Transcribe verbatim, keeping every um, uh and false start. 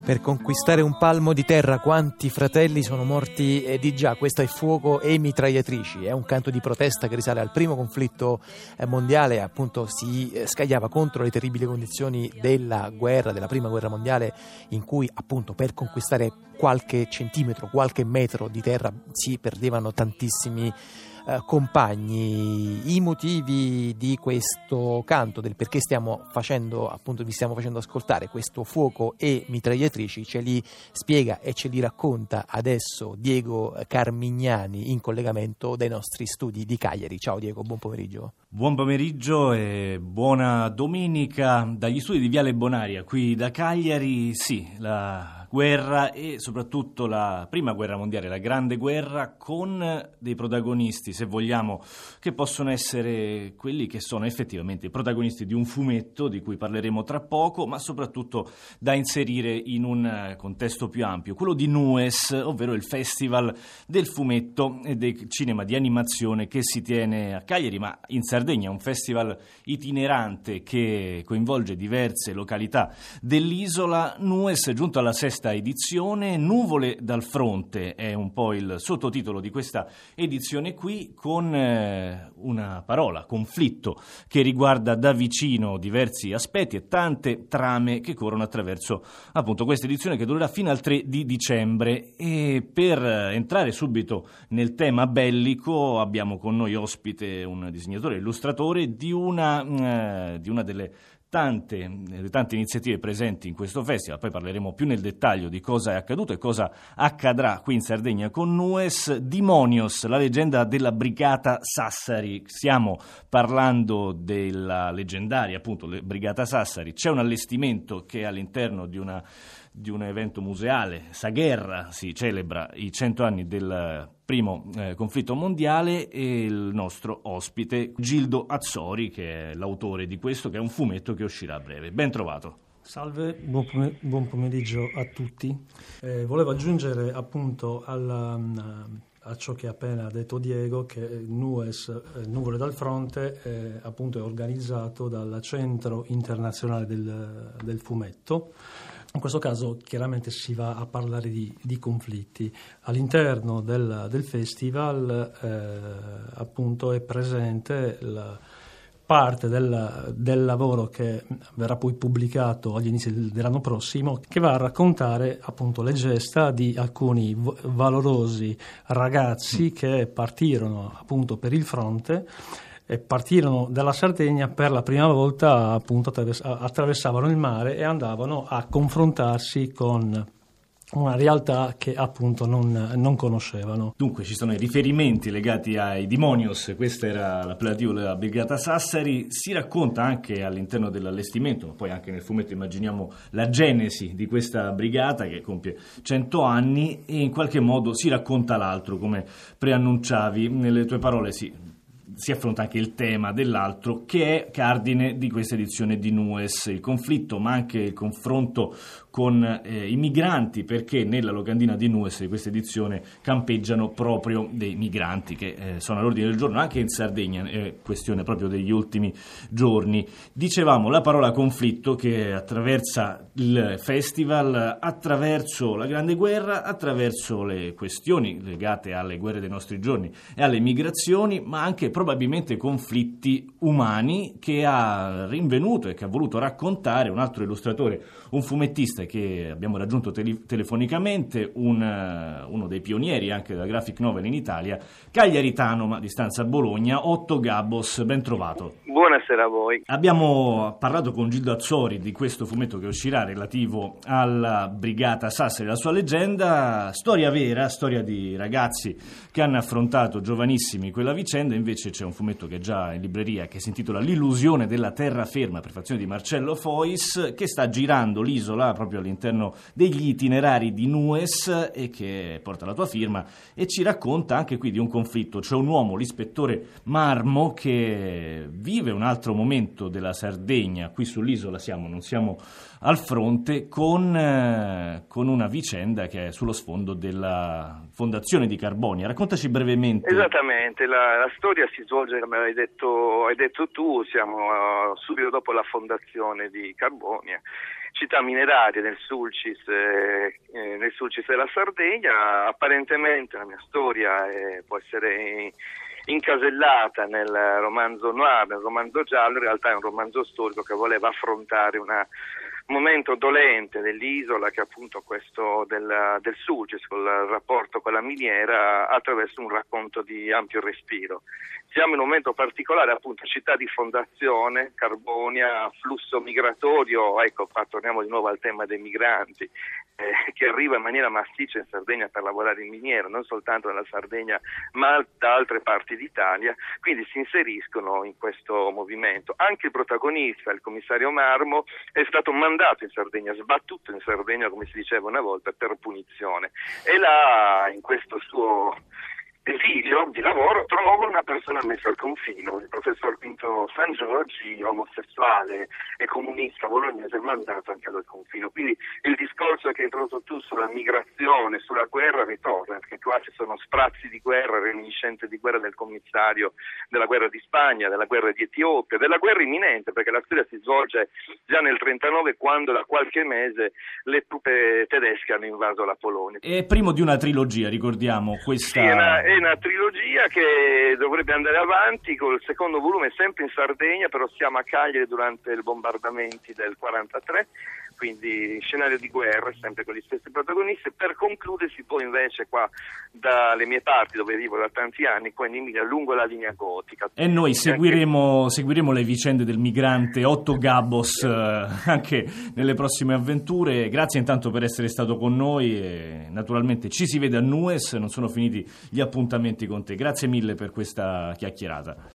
Per conquistare un palmo di terra quanti fratelli sono morti eh, di già, questo è fuoco e mitragliatrici, è un canto di protesta che risale al primo conflitto eh, mondiale, appunto si eh, scagliava contro le terribili condizioni della guerra, della prima guerra mondiale, in cui appunto per conquistare qualche centimetro, qualche metro di terra si perdevano tantissimi Uh, compagni. I motivi di questo canto, del perché stiamo facendo, appunto vi stiamo facendo ascoltare questo fuoco e mitragliatrici, ce li spiega e ce li racconta adesso Diego Carmignani in collegamento dai nostri studi di Cagliari. Ciao Diego, buon pomeriggio. Buon pomeriggio e buona domenica dagli studi di Viale Bonaria qui da Cagliari. Sì, la guerra e soprattutto la prima guerra mondiale, la grande guerra, con dei protagonisti, se vogliamo, che possono essere quelli che sono effettivamente i protagonisti di un fumetto di cui parleremo tra poco, ma soprattutto da inserire in un contesto più ampio, quello di Nues, ovvero il Festival del fumetto e del cinema di animazione che si tiene a Cagliari, ma in Sardegna, un festival itinerante che coinvolge diverse località dell'isola. Nues è giunto alla sesta edizione. Nuvole dal fronte è un po' il sottotitolo di questa edizione qui, con eh, una parola, conflitto, che riguarda da vicino diversi aspetti e tante trame che corrono attraverso appunto questa edizione che durerà fino al tre di dicembre. E per entrare subito nel tema bellico abbiamo con noi ospite un disegnatore e illustratore di una, eh, di una delle Tante, le tante iniziative presenti in questo festival. Poi parleremo più nel dettaglio di cosa è accaduto e cosa accadrà qui in Sardegna con Nues. Dimonios, la leggenda della Brigata Sassari. Stiamo parlando della leggendaria, appunto, Brigata Sassari. C'è un allestimento che è all'interno di una di un evento museale. Sagherra si celebra i cento anni del primo eh, conflitto mondiale, e il nostro ospite Gildo Azzori, che è l'autore di questo, che è un fumetto che uscirà a breve. Ben trovato. Salve, buon, pom- buon pomeriggio a tutti. Eh, volevo aggiungere appunto alla, a ciò che ha appena detto Diego, che Nues, eh, Nuvole dal fronte, eh, appunto è organizzato dal Centro Internazionale del, del Fumetto. In questo caso chiaramente si va a parlare di, di conflitti. All'interno del, del festival eh, appunto è presente la parte del, del lavoro che verrà poi pubblicato agli inizi dell'anno prossimo, che va a raccontare appunto le gesta di alcuni valorosi ragazzi che partirono appunto per il fronte e partirono dalla Sardegna per la prima volta, appunto attraverss- attraversavano il mare e andavano a confrontarsi con una realtà che appunto non, non conoscevano. Dunque ci sono i riferimenti legati ai Dimonios, questa era l'appellativo della Brigata Sassari. Si racconta anche all'interno dell'allestimento, ma poi anche nel fumetto immaginiamo la genesi di questa brigata che compie cento anni, e in qualche modo si racconta l'altro, come preannunciavi nelle tue parole. Sì, si affronta anche il tema dell'altro, che è cardine di questa edizione di Nues, il conflitto ma anche il confronto con eh, i migranti, perché nella locandina di Nues di questa edizione campeggiano proprio dei migranti che eh, sono all'ordine del giorno anche in Sardegna, è questione proprio degli ultimi giorni. Dicevamo la parola conflitto che attraversa il festival, attraverso la Grande Guerra, attraverso le questioni legate alle guerre dei nostri giorni e alle migrazioni, ma anche probabilmente conflitti umani, che ha rinvenuto e che ha voluto raccontare un altro illustratore, un fumettista che abbiamo raggiunto tele- telefonicamente, un, uh, uno dei pionieri anche della graphic novel in Italia, cagliaritano ma di stanza a Bologna, Otto Gabbos. Ben trovato. Buonasera a voi. Abbiamo parlato con Gildo Azzori di questo fumetto che uscirà relativo alla Brigata Sassari, la sua leggenda, storia vera, storia di ragazzi che hanno affrontato giovanissimi quella vicenda. Invece c'è un fumetto che è già in libreria, che si intitola L'illusione della terraferma, prefazione di Marcello Fois, che sta girando l'isola proprio all'interno degli itinerari di Nues e che porta la tua firma, e ci racconta anche qui di un conflitto. C'è un uomo, l'ispettore Marmo, che vive un altro momento della Sardegna. Qui sull'isola siamo, non siamo al fronte, con, eh, con una vicenda che è sullo sfondo della fondazione di Carbonia. Raccontaci brevemente. Esattamente, la, la storia si svolge, come hai detto, hai detto tu, siamo uh, subito dopo la fondazione di Carbonia, città minerarie del Sulcis, eh, eh, nel Sulcis della Sardegna. Apparentemente la mia storia eh, può essere incasellata nel romanzo noir, nel romanzo giallo, in realtà è un romanzo storico che voleva affrontare una momento dolente dell'isola, che è appunto questo del, del Sulcis, col rapporto con la miniera, attraverso un racconto di ampio respiro. Siamo in un momento particolare, appunto, città di fondazione, Carbonia, flusso migratorio, ecco qua torniamo di nuovo al tema dei migranti, eh, che arriva in maniera massiccia in Sardegna per lavorare in miniera, non soltanto nella Sardegna ma da altre parti d'Italia, quindi si inseriscono in questo movimento. Anche il protagonista, il commissario Marmo, è stato mandato in Sardegna, sbattuto in Sardegna, come si diceva una volta, per punizione, e là, in questo suo esilio di lavoro, trovo una persona messa al confino, il professor Pinto San Giorgi, omosessuale e comunista bolognese, mandato anche al confino. Quindi il discorso che hai introdotto tu sulla migrazione, sulla guerra ritorna, perché qua ci sono sprazzi di guerra, reminiscenze di guerra del commissario, della guerra di Spagna, della guerra di Etiopia, della guerra imminente, perché la storia si svolge già nel trentanove, quando da qualche mese le truppe tedesche hanno invaso la Polonia. È primo di una trilogia, ricordiamo, questa... Sì, è una, è una trilogia che dovrebbe andare avanti col secondo volume sempre in Sardegna, però siamo a Cagliari durante i bombardamenti del quarantatré, quindi scenario di guerra sempre con gli stessi protagonisti. Per concludersi poi invece qua dalle mie parti, dove vivo da tanti anni, qua in Emilia, lungo la linea gotica. E noi seguiremo, seguiremo le vicende del migrante Otto Gabbos eh, anche nelle prossime avventure. Grazie intanto per essere stato con noi e naturalmente ci si vede a Nues, non sono finiti gli appuntamenti con te. Grazie mille per questa chiacchierata.